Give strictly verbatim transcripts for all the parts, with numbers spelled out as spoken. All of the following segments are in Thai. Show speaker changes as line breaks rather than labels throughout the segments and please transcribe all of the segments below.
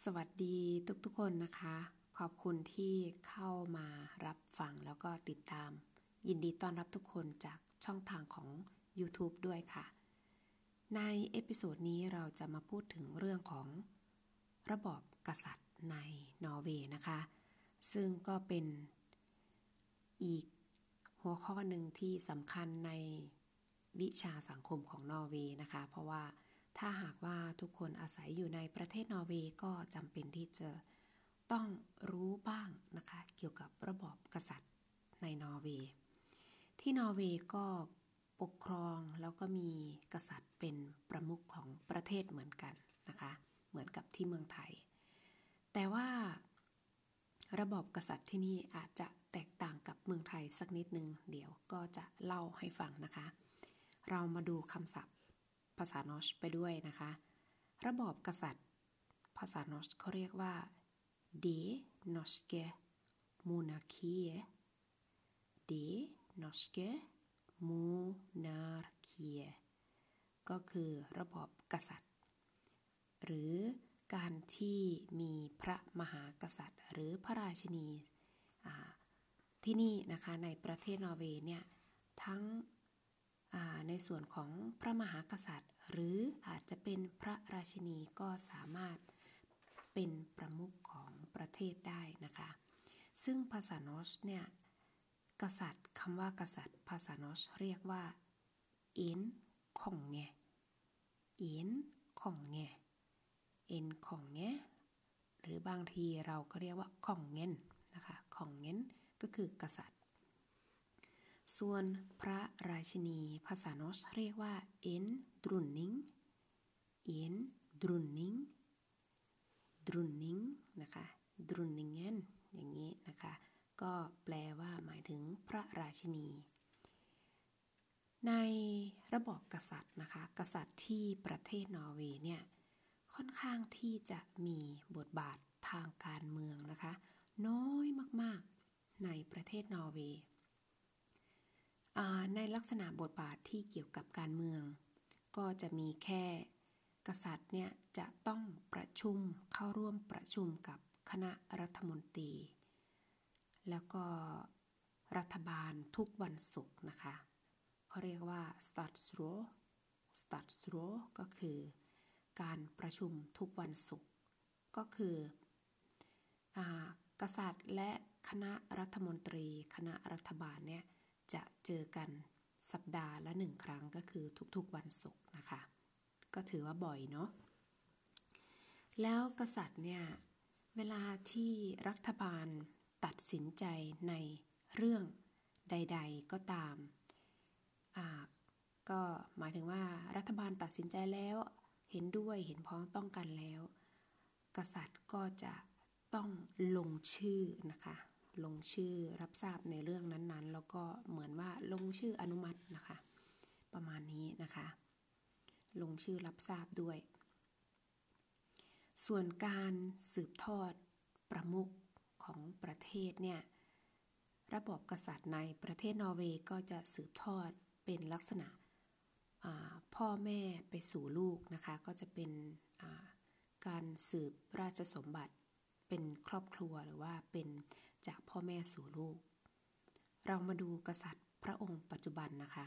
สวัสดีทุกๆคนนะคะขอบคุณที่เข้ามารับฟังแล้วก็ติดตามยินดีต้อนรับทุกคนจากช่องทางของ YouTube ด้วยค่ะในเอพิโซดนี้เราจะมาพูดถึงเรื่องของระบอบกษัตริย์ในนอร์เวย์นะคะซึ่งก็เป็นอีกหัวข้อหนึ่งที่สำคัญในวิชาสังคมของนอร์เวย์นะคะเพราะว่าถ้าหากว่าทุกคนอาศัยอยู่ในประเทศนอร์เวย์ก็จำเป็นที่จะต้องรู้บ้างนะคะเกี่ยวกับระบอบกษัตริย์ในนอร์เวย์ที่นอร์เวย์ก็ปกครองแล้วก็มีกษัตริย์เป็นประมุขของประเทศเหมือนกันนะคะเหมือนกับที่เมืองไทยแต่ว่าระบอบกษัตริย์ที่นี่อาจจะแตกต่างกับเมืองไทยสักนิดนึงเดี๋ยวก็จะเล่าให้ฟังนะคะเรามาดูคำศัพท์ภาษานอชไปด้วยนะคะระบอบกษัตริย์ภาษานอชเขาเรียกว่า Det norske monarkiet Det norske monarkiet ก็คือระบอบกษัตริย์หรือการที่มีพระมหากษัตริย์หรือพระราชินีที่นี่นะคะในประเทศนอร์เวย์เนี่ยทั้งในส่วนของพระมหากษัตริย์หรืออาจจะเป็นพระราชินีก็สามารถเป็นประมุขของประเทศได้นะคะซึ่งภาษานอชเนี่ยกษัตริย์คำว่ากษัตริย์ภาษานอชเรียกว่าเอ็นของเงเอ็นของเงเอ็นของเงหรือบางทีเราก็เรียกว่าของเงินนะคะของเงินก็คือกษัตริย์ส่วนพระราชินีภาษานอชเรียกว่าเอ็นดรุนนิงเอ็นดรุนนิงดรุนนิงนะคะดรุนนิงเงินอย่างนี้นะคะก็แปลว่าหมายถึงพระราชินีในระบอบกษัตริย์นะคะกษัตริย์ที่ประเทศนอร์เวย์เนี่ยค่อนข้างที่จะมีบทบาททางการเมืองนะคะน้อยมากๆในประเทศนอร์เวย์ในลักษณะบทบาทที่เกี่ยวกับการเมืองก็จะมีแค่กษัตริย์เนี่ยจะต้องประชุมเข้าร่วมประชุมกับคณะรัฐมนตรีแล้วก็รัฐบาลทุกวันศุกร์นะคะเขาเรียกว่า Statsråd Statsråd ก็คือการประชุมทุกวันศุกร์ก็คือกษัตริย์และคณะรัฐมนตรีคณะรัฐบาลเนี่ยจะเจอกันสัปดาห์ละหนึ่งครั้งก็คือทุกๆวันศุกร์นะคะก็ถือว่าบ่อยเนาะแล้วกษัตริย์เนี่ยเวลาที่รัฐบาลตัดสินใจในเรื่องใดๆก็ตามอ่าก็หมายถึงว่ารัฐบาลตัดสินใจแล้วเห็นด้วยเห็นพ้องต้องกันแล้วกษัตริย์ก็จะต้องลงชื่อนะคะลงชื่อรับทราบในเรื่องนั้นๆแล้วก็เหมือนว่าลงชื่ออนุมัตินะคะประมาณนี้นะคะลงชื่อรับทราบด้วยส่วนการสืบทอดประมุขของประเทศเนี่ยระบอบกษัตริย์ในประเทศนอร์เวย์ก็จะสืบทอดเป็นลักษณะพ่อแม่ไปสู่ลูกนะคะก็จะเป็นการสืบราชสมบัติเป็นครอบครัวหรือว่าเป็นจากพ่อแม่สู่ลูกเรามาดูกษัตริย์พระองค์ปัจจุบันนะคะ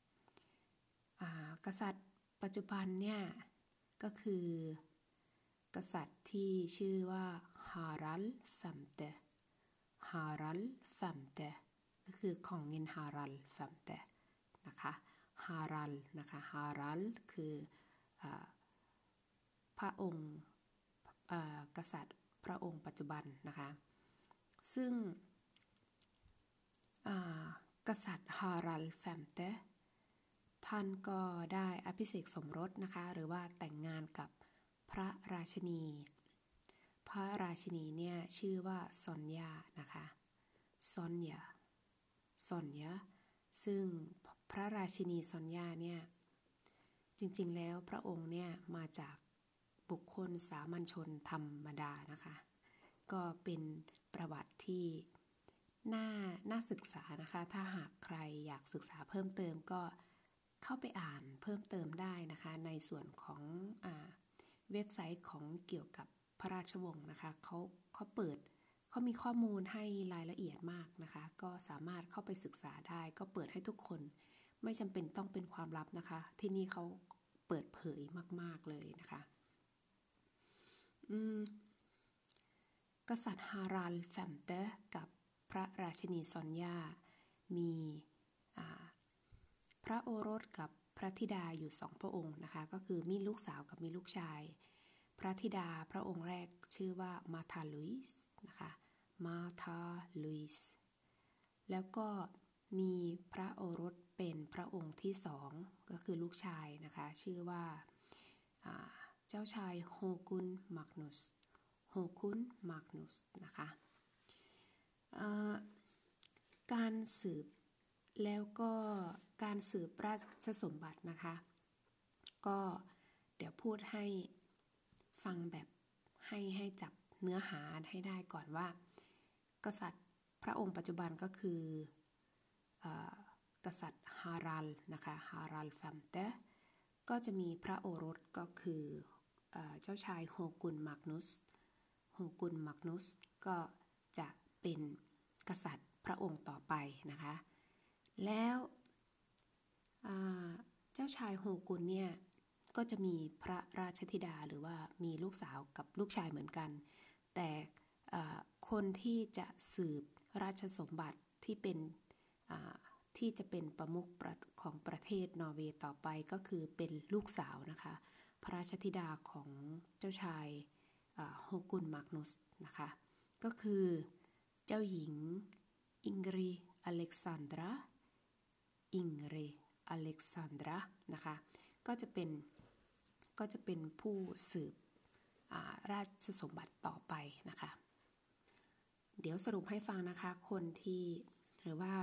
กษัตริย์ปัจจุบันเนี่ยก็คือกษัตริย์ที่ชื่อว่าฮารัลด์แฟมเตฮารัลด์แฟมเตก็คือของเงินฮารัลด์แฟมเตนะคะฮารัลนะคะฮารัลคือพระองค์กษัตริย์พระองค์ปัจจุบันนะคะซึ่งกษัตริย์ฮารัลแฟมเตท่านก็ได้อภิเษกสมรสนะคะหรือว่าแต่งงานกับพระราชินีพระราชินีเนี่ยชื่อว่าซอนยานะคะซอนยาซอนยาซึ่งพระราชินีซอนยาเนี่ยจริงๆแล้วพระองค์เนี่ยมาจากบุคคลสามัญชนธรรมดานะคะก็เป็นประวัติที่น่าน่าศึกษานะคะถ้าหากใครอยากศึกษาเพิ่มเติมก็เข้าไปอ่านเพิ่มเติมได้นะคะในส่วนของอ่าเว็บไซต์ของเกี่ยวกับพระราชวงศ์นะคะเขาเขาเปิดเขามีข้อมูลให้รายละเอียดมากนะคะก็สามารถเข้าไปศึกษาได้ก็เปิดให้ทุกคนไม่จำเป็นต้องเป็นความลับนะคะที่นี่เขาเปิดเผยมากๆเลยนะคะอืมกษัตริย์ฮารัลแฟมเตอร์กับพระราชินีซอนยามีพระโอรสกับพระธิดาอยู่สองพระองค์นะคะก็คือมีลูกสาวกับมีลูกชายพระธิดาพระองค์แรกชื่อว่ามาธาลุยส์นะคะมาธาลุยส์แล้วก็มีพระโอรสเป็นพระองค์ที่สองก็คือลูกชายนะคะชื่อว่าเจ้าชายโฮกุนมากนุสโฮกุนมากนุสนะคะการสืบแล้วก็การสืบราชสมบัตินะคะก็เดี๋ยวพูดให้ฟังแบบให้ให้จับเนื้อหาให้ได้ก่อนว่ากษัตริย์พระองค์ปัจจุบันก็คือกษัตริย์ฮารัลนะคะฮารัลแฟมเตก็จะมีพระโอรสก็คือเจ้าชายโฮกุนมากนุสโฮกุนมากนุสก็จะเป็นกษัตริย์พระองค์ต่อไปนะคะแล้วเจ้าชายโฮกุนเนี่ยก็จะมีพระราชธิดาหรือว่ามีลูกสาวกับลูกชายเหมือนกันแต่คนที่จะสืบราชสมบัติที่เป็นที่จะเป็นประมุขของประเทศนอร์เวย์ต่อไปก็คือเป็นลูกสาวนะคะพระราชธิดาของเจ้าชายโฮกุนมากนุสนะคะก็คือเจ้าหญิงอิงรีอเล็กซานดราอิงรีอเล็กซานดรานะคะก็จะเป็นก็จะเป็นผู้สืบราชสมบัติต่อไปนะคะเดี๋ยวสรุปให้ฟังนะคะคนที่หรือว่า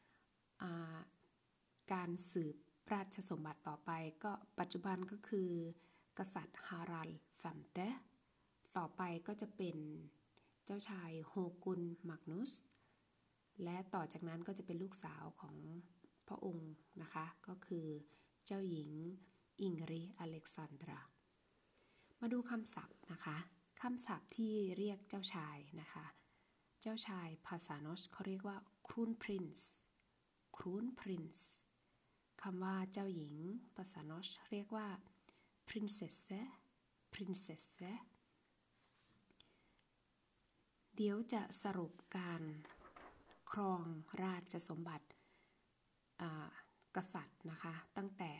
การสืบราชสมบัติต่อไปก็ปัจจุบันก็คือกษัตริย์ฮารัลแฟมเตต่อไปก็จะเป็นเจ้าชายโฮกุนมากนุสและต่อจากนั้นก็จะเป็นลูกสาวของพระองค์นะคะก็คือเจ้าหญิงอิงรีอเล็กซานดรามาดูคำศัพท์นะคะคำศัพท์ที่เรียกเจ้าชายนะคะเจ้าชายภาษานอชเขาเรียกว่าครูนพรินซ์ครูนพรินซ์คำว่าเจ้าหญิงภาษานอชเรียกว่า prinsesse prinsesse เดี๋ยวจะสรุปการครองราชสมบัติกษัตริย์นะคะตั้งแต่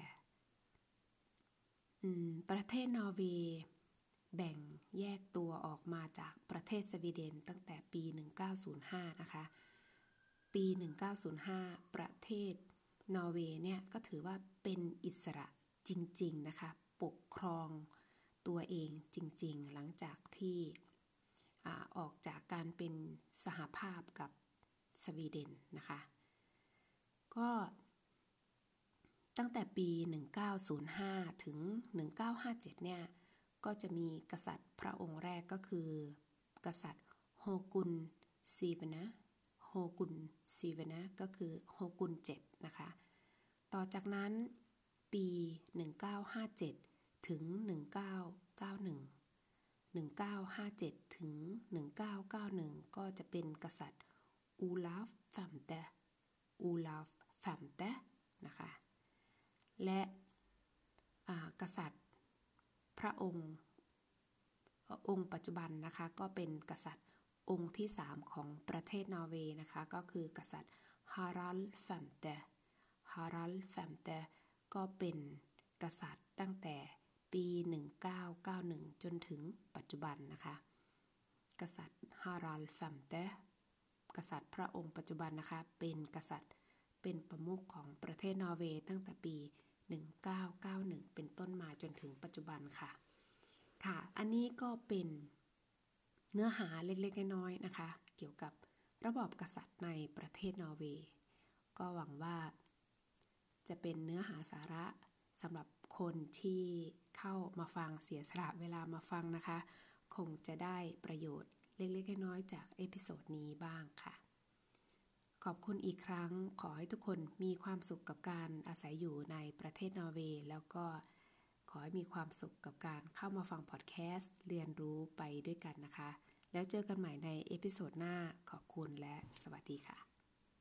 ประเทศนอร์เวย์แบ่งแยกตัวออกมาจากประเทศสวีเดนตั้งแต่ปีหนึ่งพันเก้าร้อยห้านะคะปีหนึ่งพันเก้าร้อยห้าประเทศนอร์เวย์เนี่ยก็ถือว่าเป็นอิสระจริงๆนะคะปกครองตัวเองจริงๆหลังจากที่ออกจากการเป็นสหภาพกับสวีเดนนะคะก็ตั้งแต่ปีหนึ่งพันเก้าร้อยห้าถึงหนึ่งพันเก้าร้อยห้าสิบเจ็ดเนี่ยก็จะมีกษัตริย์พระองค์แรกก็คือกษัตริย์โฮกุนซีเวนะโฮกุนซีเวนะก็คือโฮกุนเจ็ดนะคะต่อจากนั้นปีหนึ่งพันเก้าร้อยห้าสิบเจ็ดถึงหนึ่งพันเก้าร้อยเก้าสิบเอ็ดหนึ่งพันเก้าร้อยห้าสิบเจ็ดถึงหนึ่งพันเก้าร้อยเก้าสิบเอ็ดก็จะเป็นกษัตริย์อูลาฟแฟมเตอูลาฟแฟมเตนะคะและกษัตริย์พระองค์องค์ปัจจุบันนะคะก็เป็นกษัตริย์องค์ที่สามของประเทศนอร์เวย์นะคะก็คือกษัตริย์ฮารัลแฟมเตฮารัลแฟมเตก็เป็นกษัตริย์ตั้งแต่ปีหนึ่งพันเก้าร้อยเก้าสิบเอ็ดจนถึงปัจจุบันนะคะกษัตริย์ฮารัลแฟมเตกษัตริย์พระองค์ปัจจุบันนะคะเป็นกษัตริย์เป็นประมุขของประเทศนอร์เวย์ตั้งแต่ปีหนึ่งพันเก้าร้อยเก้าสิบเอ็ดเป็นต้นมาจนถึงปัจจุบันค่ะค่ะอันนี้ก็เป็นเนื้อหาเล็กๆน้อยๆนะคะเกี่ยวกับระบอบกษัตริย์ในประเทศนอร์เวย์ก็หวังว่าจะเป็นเนื้อหาสาระสำหรับคนที่เข้ามาฟังเสียสละเวลามาฟังนะคะคงจะได้ประโยชน์เล็กๆน้อยๆจากเอพิโซดนี้บ้างค่ะขอบคุณอีกครั้งขอให้ทุกคนมีความสุขกับการอาศัยอยู่ในประเทศนอร์เวย์แล้วก็ขอให้มีความสุขกับการเข้ามาฟังพอดแคสต์เรียนรู้ไปด้วยกันนะคะแล้วเจอกันใหม่ในเอพิโซดหน้าขอบคุณและสวัสดีค่ะ